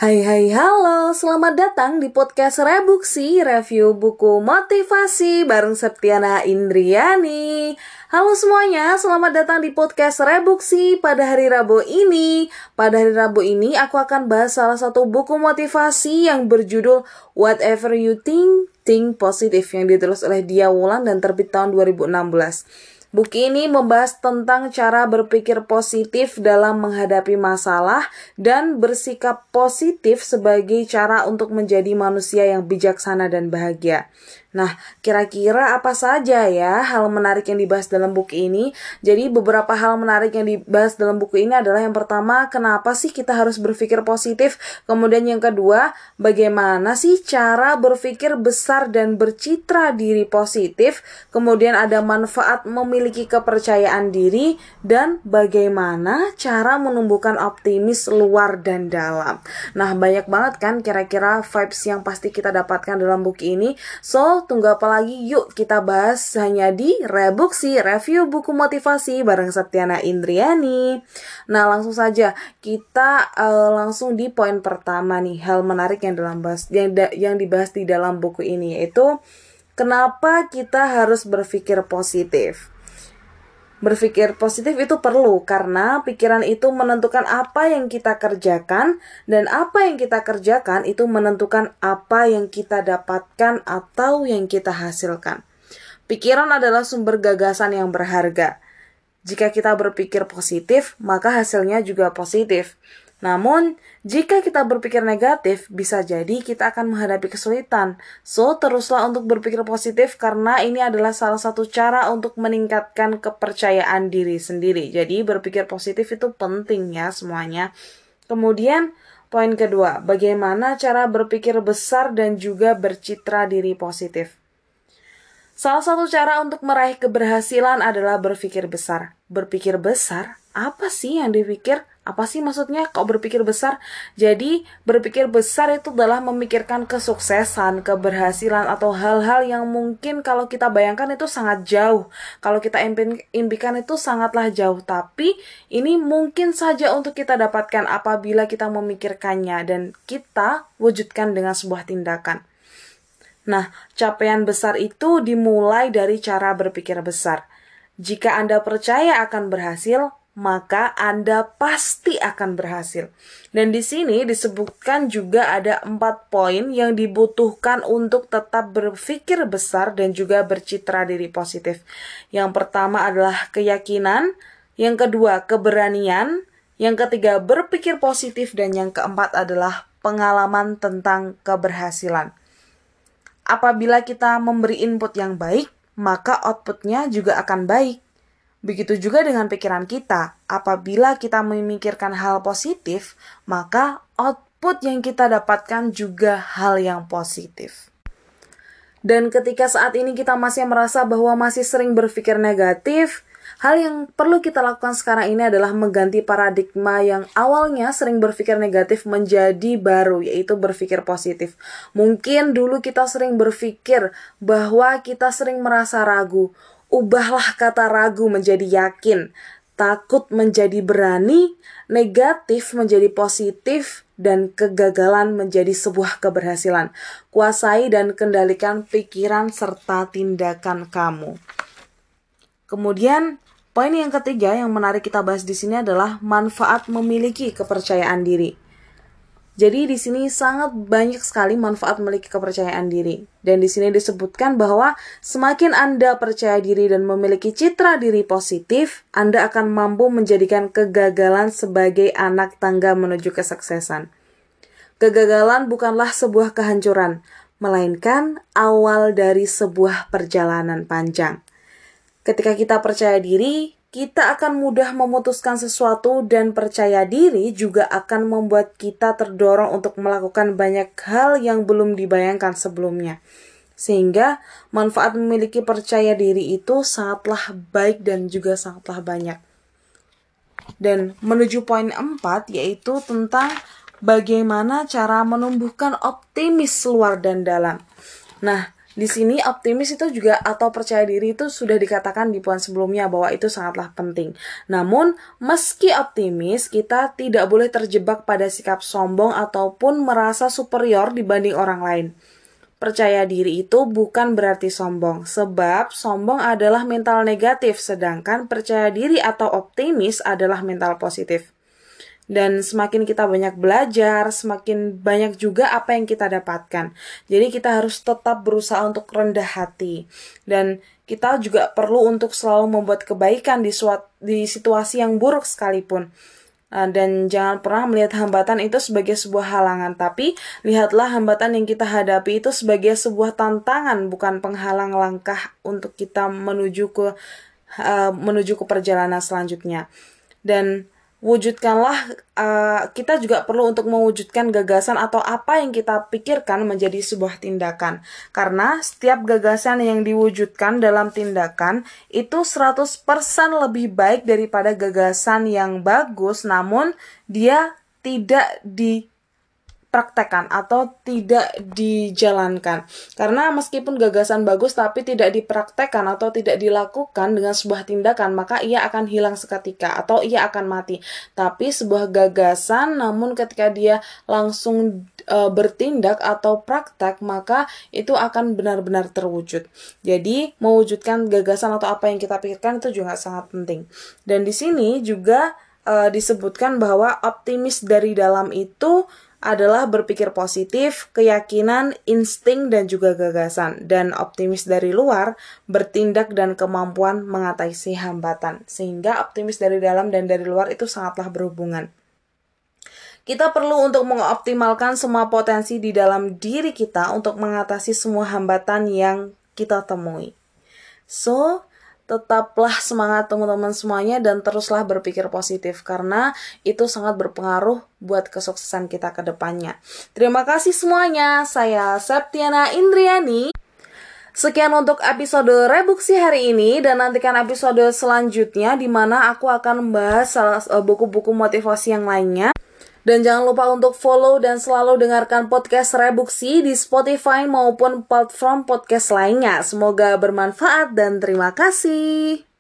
Hai hai halo, selamat datang di podcast Rebuksi, review buku motivasi bareng Septiana Indriani. Halo semuanya, selamat datang di podcast Rebuksi pada hari Rabu ini. Pada hari Rabu ini aku akan bahas salah satu buku motivasi yang berjudul Whatever You Think Positive yang ditulis oleh Dia Wulan dan terbit tahun 2016. Buku ini membahas tentang cara berpikir positif dalam menghadapi masalah dan bersikap positif sebagai cara untuk menjadi manusia yang bijaksana dan bahagia. Nah, kira-kira apa saja ya hal menarik yang dibahas dalam buku ini? Jadi beberapa hal menarik yang dibahas dalam buku ini adalah yang pertama, kenapa sih kita harus berpikir positif? Kemudian yang kedua, bagaimana sih cara berpikir besar dan bercitra diri positif? Kemudian ada manfaat memiliki kepercayaan diri dan bagaimana cara menumbuhkan optimis luar dan dalam. Nah, banyak banget kan kira-kira vibes yang pasti kita dapatkan dalam buku ini. So, tunggu apa lagi? Yuk kita bahas hanya di Rebuksi, review buku motivasi bareng Septiana Indriani. Nah, langsung saja kita langsung di poin pertama nih, hal menarik yang yang dibahas di dalam buku ini, yaitu kenapa kita harus berpikir positif. Berpikir positif itu perlu karena pikiran itu menentukan apa yang kita kerjakan dan apa yang kita kerjakan itu menentukan apa yang kita dapatkan atau yang kita hasilkan. Pikiran adalah sumber gagasan yang berharga. Jika kita berpikir positif, maka hasilnya juga positif. Namun, jika kita berpikir negatif, bisa jadi kita akan menghadapi kesulitan. So, teruslah untuk berpikir positif karena ini adalah salah satu cara untuk meningkatkan kepercayaan diri sendiri. Jadi, berpikir positif itu penting ya semuanya. Kemudian, poin kedua, bagaimana cara berpikir besar dan juga bercitra diri positif. Salah satu cara untuk meraih keberhasilan adalah berpikir besar. Berpikir besar? Apa sih yang dipikir? Apa sih maksudnya kok berpikir besar? Jadi, berpikir besar itu adalah memikirkan kesuksesan, keberhasilan, atau hal-hal yang mungkin kalau kita bayangkan itu sangat jauh. Kalau kita impikan itu sangatlah jauh. Tapi, ini mungkin saja untuk kita dapatkan apabila kita memikirkannya dan kita wujudkan dengan sebuah tindakan. Nah, capaian besar itu dimulai dari cara berpikir besar. Jika Anda percaya akan berhasil, maka Anda pasti akan berhasil. Dan di sini disebutkan juga ada 4 poin yang dibutuhkan untuk tetap berpikir besar dan juga bercitra diri positif. Yang pertama adalah keyakinan, yang kedua keberanian, yang ketiga berpikir positif, dan yang keempat adalah pengalaman tentang keberhasilan. Apabila kita memberi input yang baik, maka outputnya juga akan baik. Begitu juga dengan pikiran kita. Apabila kita memikirkan hal positif, maka output yang kita dapatkan juga hal yang positif. Dan ketika saat ini kita masih merasa bahwa masih sering berpikir negatif, hal yang perlu kita lakukan sekarang ini adalah mengganti paradigma yang awalnya sering berpikir negatif menjadi baru, yaitu berpikir positif. Mungkin dulu kita sering berpikir bahwa kita sering merasa ragu. Ubahlah kata ragu menjadi yakin, takut menjadi berani, negatif menjadi positif, dan kegagalan menjadi sebuah keberhasilan. Kuasai dan kendalikan pikiran serta tindakan kamu. Kemudian, poin yang ketiga yang menarik kita bahas di sini adalah manfaat memiliki kepercayaan diri. Jadi di sini sangat banyak sekali manfaat memiliki kepercayaan diri. Dan di sini disebutkan bahwa semakin Anda percaya diri dan memiliki citra diri positif, Anda akan mampu menjadikan kegagalan sebagai anak tangga menuju kesuksesan. Kegagalan bukanlah sebuah kehancuran, melainkan awal dari sebuah perjalanan panjang. Ketika kita percaya diri, kita akan mudah memutuskan sesuatu dan percaya diri juga akan membuat kita terdorong untuk melakukan banyak hal yang belum dibayangkan sebelumnya. Sehingga manfaat memiliki percaya diri itu sangatlah baik dan juga sangatlah banyak. Dan menuju poin 4 yaitu tentang bagaimana cara menumbuhkan optimis luar dan dalam. Nah, Di sini optimis itu juga atau percaya diri itu sudah dikatakan di poin sebelumnya bahwa itu sangatlah penting. Namun, meski optimis, kita tidak boleh terjebak pada sikap sombong ataupun merasa superior dibanding orang lain. Percaya diri itu bukan berarti sombong, sebab sombong adalah mental negatif, sedangkan percaya diri atau optimis adalah mental positif. Dan semakin kita banyak belajar, semakin banyak juga apa yang kita dapatkan. Jadi kita harus tetap berusaha untuk rendah hati. Dan kita juga perlu untuk selalu membuat kebaikan di situasi yang buruk sekalipun. Dan jangan pernah melihat hambatan itu sebagai sebuah halangan, tapi lihatlah hambatan yang kita hadapi itu sebagai sebuah tantangan, bukan penghalang langkah untuk kita menuju ke perjalanan selanjutnya. Dan kita juga perlu untuk mewujudkan gagasan atau apa yang kita pikirkan menjadi sebuah tindakan. Karena setiap gagasan yang diwujudkan dalam tindakan itu 100% lebih baik daripada gagasan yang bagus namun dia tidak dipraktekkan atau tidak dijalankan. Karena meskipun gagasan bagus tapi tidak dipraktekkan atau tidak dilakukan dengan sebuah tindakan, maka ia akan hilang seketika atau ia akan mati. Tapi sebuah gagasan namun ketika dia langsung bertindak atau praktek, maka itu akan benar-benar terwujud. Jadi mewujudkan gagasan atau apa yang kita pikirkan itu juga sangat penting. Dan di sini juga disebutkan bahwa optimis dari dalam itu adalah berpikir positif, keyakinan, insting, dan juga gagasan. Dan optimis dari luar, bertindak dan kemampuan mengatasi hambatan. Sehingga optimis dari dalam dan dari luar itu sangatlah berhubungan. Kita perlu untuk mengoptimalkan semua potensi di dalam diri kita untuk mengatasi semua hambatan yang kita temui. So, tetaplah semangat teman-teman semuanya dan teruslah berpikir positif karena itu sangat berpengaruh buat kesuksesan kita ke depannya. Terima kasih semuanya, saya Septiana Indriani. Sekian untuk episode Rebuksi hari ini dan nantikan episode selanjutnya di mana aku akan membahas buku-buku motivasi yang lainnya. Dan jangan lupa untuk follow dan selalu dengarkan podcast Rebuksi di Spotify maupun platform podcast lainnya. Semoga bermanfaat dan terima kasih.